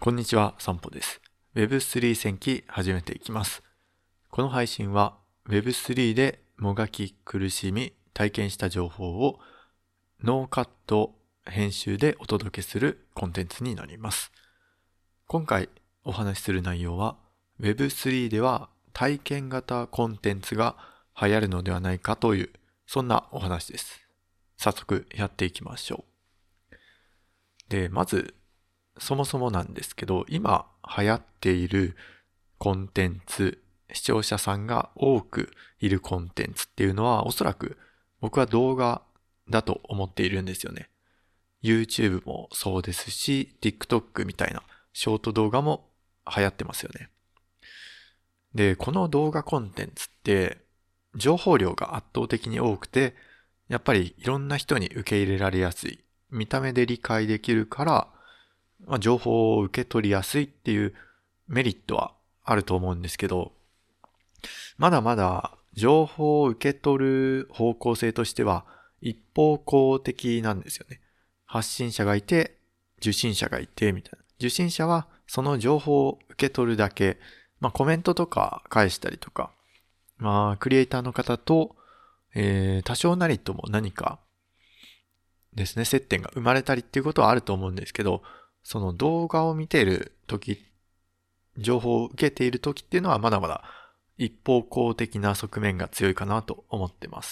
こんにちは、散歩です。Web3 戦記始めていきます。この配信は Web3 でもがき苦しみ体験した情報をノーカット編集でお届けするコンテンツになります。今回お話しする内容は Web3 では体験型コンテンツが流行るのではないかというそんなお話です。早速やっていきましょう。で、まずそもそもなんですけど、今流行っているコンテンツ、視聴者さんが多くいるコンテンツっていうのは、おそらく僕は動画だと思っているんですよね。YouTube もそうですし、TikTok みたいなショート動画も流行ってますよね。で、この動画コンテンツって情報量が圧倒的に多くて、やっぱりいろんな人に受け入れられやすい、見た目で理解できるから、情報を受け取りやすいっていうメリットはあると思うんですけど、まだまだ情報を受け取る方向性としては一方向的なんですよね。発信者がいて、受信者がいて、みたいな。受信者はその情報を受け取るだけ、コメントとか返したりとか、クリエイターの方と、多少なりとも何かですね、接点が生まれたりっていうことはあると思うんですけど、その動画を見ているとき、情報を受けているときっていうのはまだまだ一方向的な側面が強いかなと思ってます。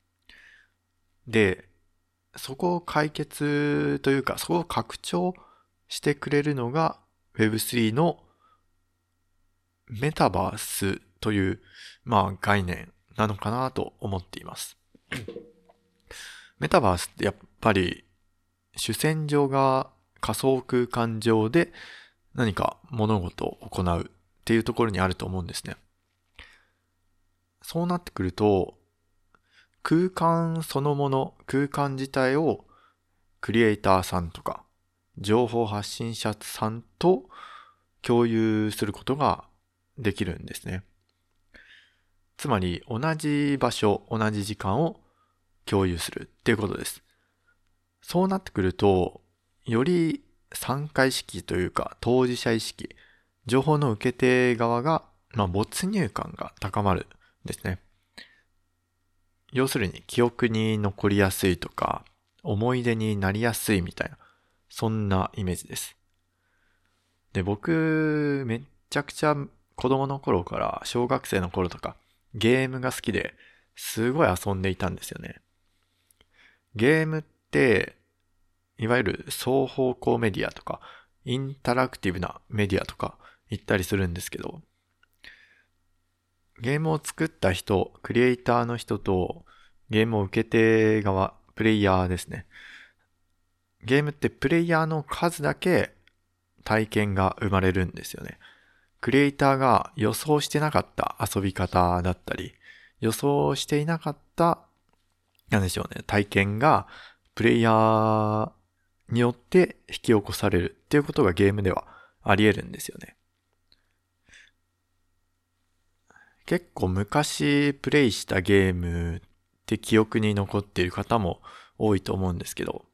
で、そこを解決というか、そこを拡張してくれるのが Web3 のメタバースという、概念なのかなと思っています。メタバースってやっぱり主戦場が仮想空間上で何か物事を行うっていうところにあると思うんですね。そうなってくると、空間そのもの、空間自体をクリエイターさんとか、情報発信者さんと共有することができるんですね。つまり、同じ場所、同じ時間を共有するっていうことです。そうなってくると、より参加意識というか、当事者意識、情報の受け手側が、没入感が高まるんですね。要するに記憶に残りやすいとか、思い出になりやすいみたいな、そんなイメージです。で、僕、めっちゃくちゃ子供の頃から小学生の頃とか、ゲームが好きで、すごい遊んでいたんですよね。ゲームって、いわゆる双方向メディアとか、インタラクティブなメディアとか言ったりするんですけど、ゲームを作った人、クリエイターの人とゲームを受け手側、プレイヤーですね。ゲームってプレイヤーの数だけ体験が生まれるんですよね。クリエイターが予想してなかった遊び方だったり、予想していなかった、なんでしょうね、体験がプレイヤーによって引き起こされるっていうことがゲームではあり得るんですよね。結構昔プレイしたゲームって記憶に残っている方も多いと思うんですけど、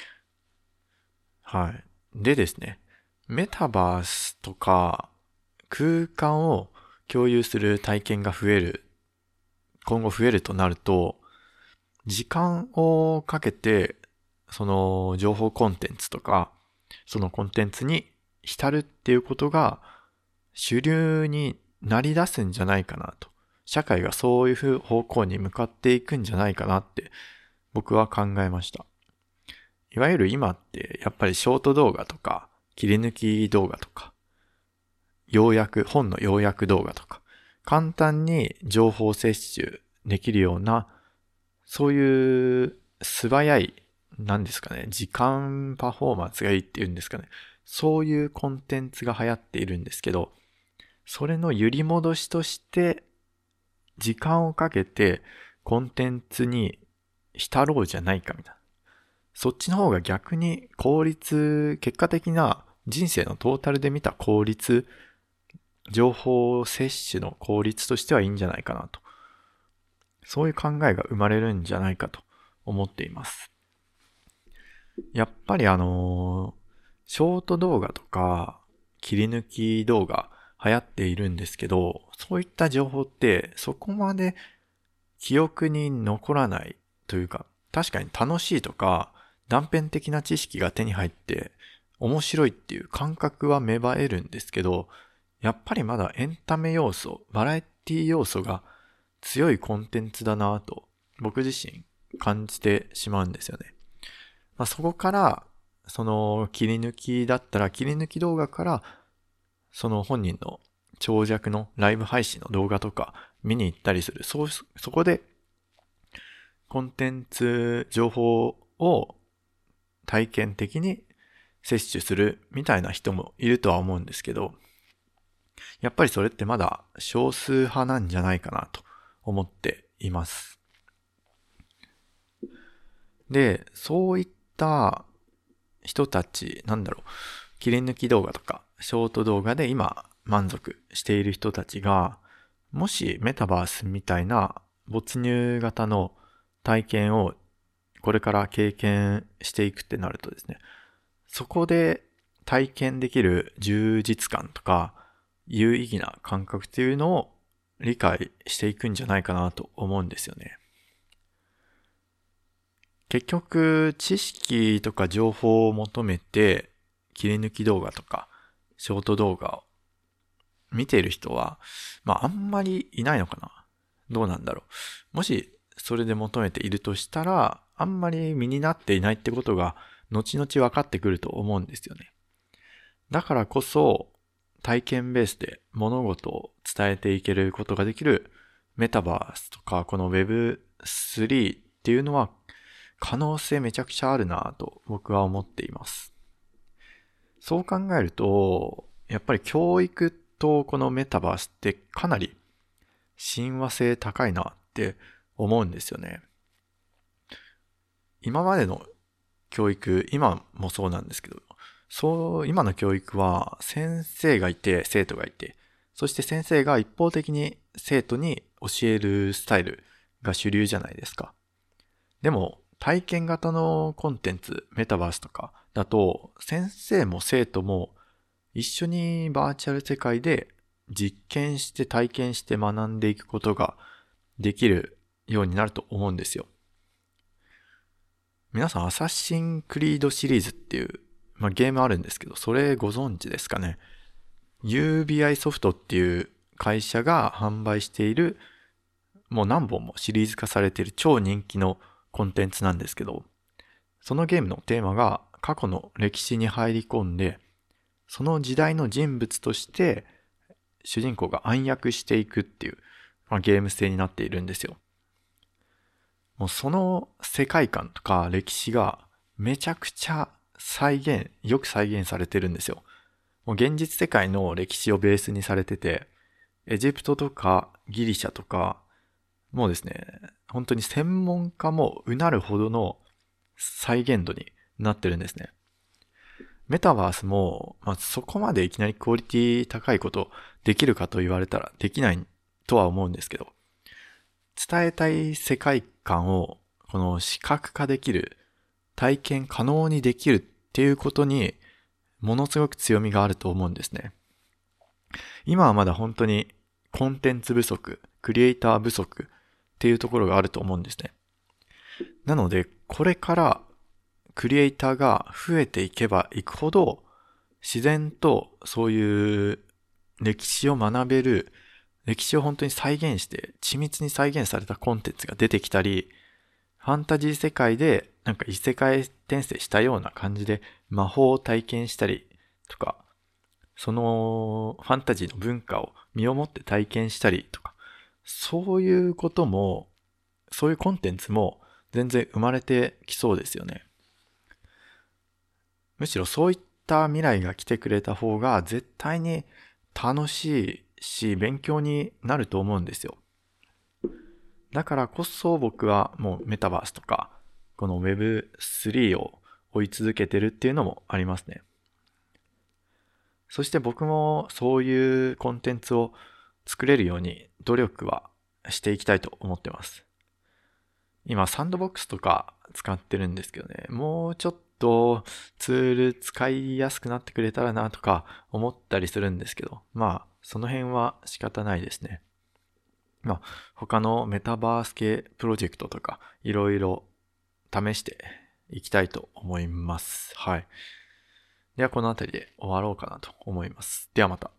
はい。でですね、メタバースとか空間を共有する体験が今後増えるとなると、時間をかけて、その情報コンテンツとか、そのコンテンツに浸るっていうことが主流になり出すんじゃないかなと。社会がそういう方向に向かっていくんじゃないかなって僕は考えました。いわゆる今ってやっぱりショート動画とか切り抜き動画とか本の要約動画とか簡単に情報摂取できるようなそういう素早い何ですかね時間パフォーマンスがいいっていうんですかねそういうコンテンツが流行っているんですけどそれの揺り戻しとして時間をかけてコンテンツに浸ろうじゃないかみたいな。そっちの方が逆に結果的な人生のトータルで見た効率、情報摂取の効率としてはいいんじゃないかなと。そういう考えが生まれるんじゃないかと思っています。やっぱりショート動画とか切り抜き動画流行っているんですけど、そういった情報ってそこまで記憶に残らないというか、確かに楽しいとか断片的な知識が手に入って面白いっていう感覚は芽生えるんですけど、やっぱりまだエンタメ要素、バラエティ要素が強いコンテンツだなぁと僕自身感じてしまうんですよね。そこから、その切り抜きだったら切り抜き動画からその本人の長尺のライブ配信の動画とか見に行ったりする。そこでコンテンツ情報を体験的に摂取するみたいな人もいるとは思うんですけど、やっぱりそれってまだ少数派なんじゃないかなと思っています。で、そういった人たち、切り抜き動画とかショート動画で今満足している人たちが、もしメタバースみたいな没入型の体験をこれから経験していくってなるとですね、そこで体験できる充実感とか有意義な感覚っていうのを理解していくんじゃないかなと思うんですよね。結局知識とか情報を求めて切り抜き動画とかショート動画を見ている人は、あんまりいないのかな。どうなんだろう。もしそれで求めているとしたら、あんまり身になっていないってことが後々分かってくると思うんですよね。だからこそ体験ベースで物事を伝えていけることができるメタバースとかこの Web3 っていうのは可能性めちゃくちゃあるなぁと僕は思っています。そう考えると、やっぱり教育とこのメタバースってかなり親和性高いなって思うんですよね。今までの教育、今もそうなんですけど、今の教育は先生がいて生徒がいて、そして先生が一方的に生徒に教えるスタイルが主流じゃないですか。でも体験型のコンテンツ、メタバースとかだと先生も生徒も一緒にバーチャル世界で実験して体験して学んでいくことができるようになると思うんですよ。皆さんアサシンクリードシリーズっていう、ゲームあるんですけど、それご存知ですかね。UBI ソフトっていう会社が販売している、もう何本もシリーズ化されている超人気のコンテンツなんですけど、そのゲームのテーマが過去の歴史に入り込んで、その時代の人物として主人公が暗躍していくっていう、ゲーム性になっているんですよ。もうその世界観とか歴史がめちゃくちゃよく再現されてるんですよ。もう現実世界の歴史をベースにされてて、エジプトとかギリシャとか、もうですね、本当に専門家もうなるほどの再現度になってるんですね。メタバースも、そこまでいきなりクオリティ高いことできるかと言われたらできないとは思うんですけど、伝えたい世界観をこの視覚化できる、体験可能にできるっていうことにものすごく強みがあると思うんですね。今はまだ本当にコンテンツ不足、クリエイター不足っていうところがあると思うんですね。なのでこれからクリエイターが増えていけばいくほど自然とそういう歴史を学べる、歴史を本当に再現して緻密に再現されたコンテンツが出てきたり、ファンタジー世界で異世界転生したような感じで魔法を体験したりとか、そのファンタジーの文化を身をもって体験したりとか、そういうことも、そういうコンテンツも全然生まれてきそうですよね。むしろそういった未来が来てくれた方が絶対に楽しいし勉強になると思うんですよ。だからこそ僕はもうメタバースとかこの Web3 を追い続けてるっていうのもありますね。そして僕もそういうコンテンツを作れるように努力はしていきたいと思ってます。今サンドボックスとか使ってるんですけどね、もうちょっとツール使いやすくなってくれたらなとか思ったりするんですけど、その辺は仕方ないですね。他のメタバース系プロジェクトとかいろいろ試していきたいと思います。はい。ではこの辺りで終わろうかなと思います。ではまた。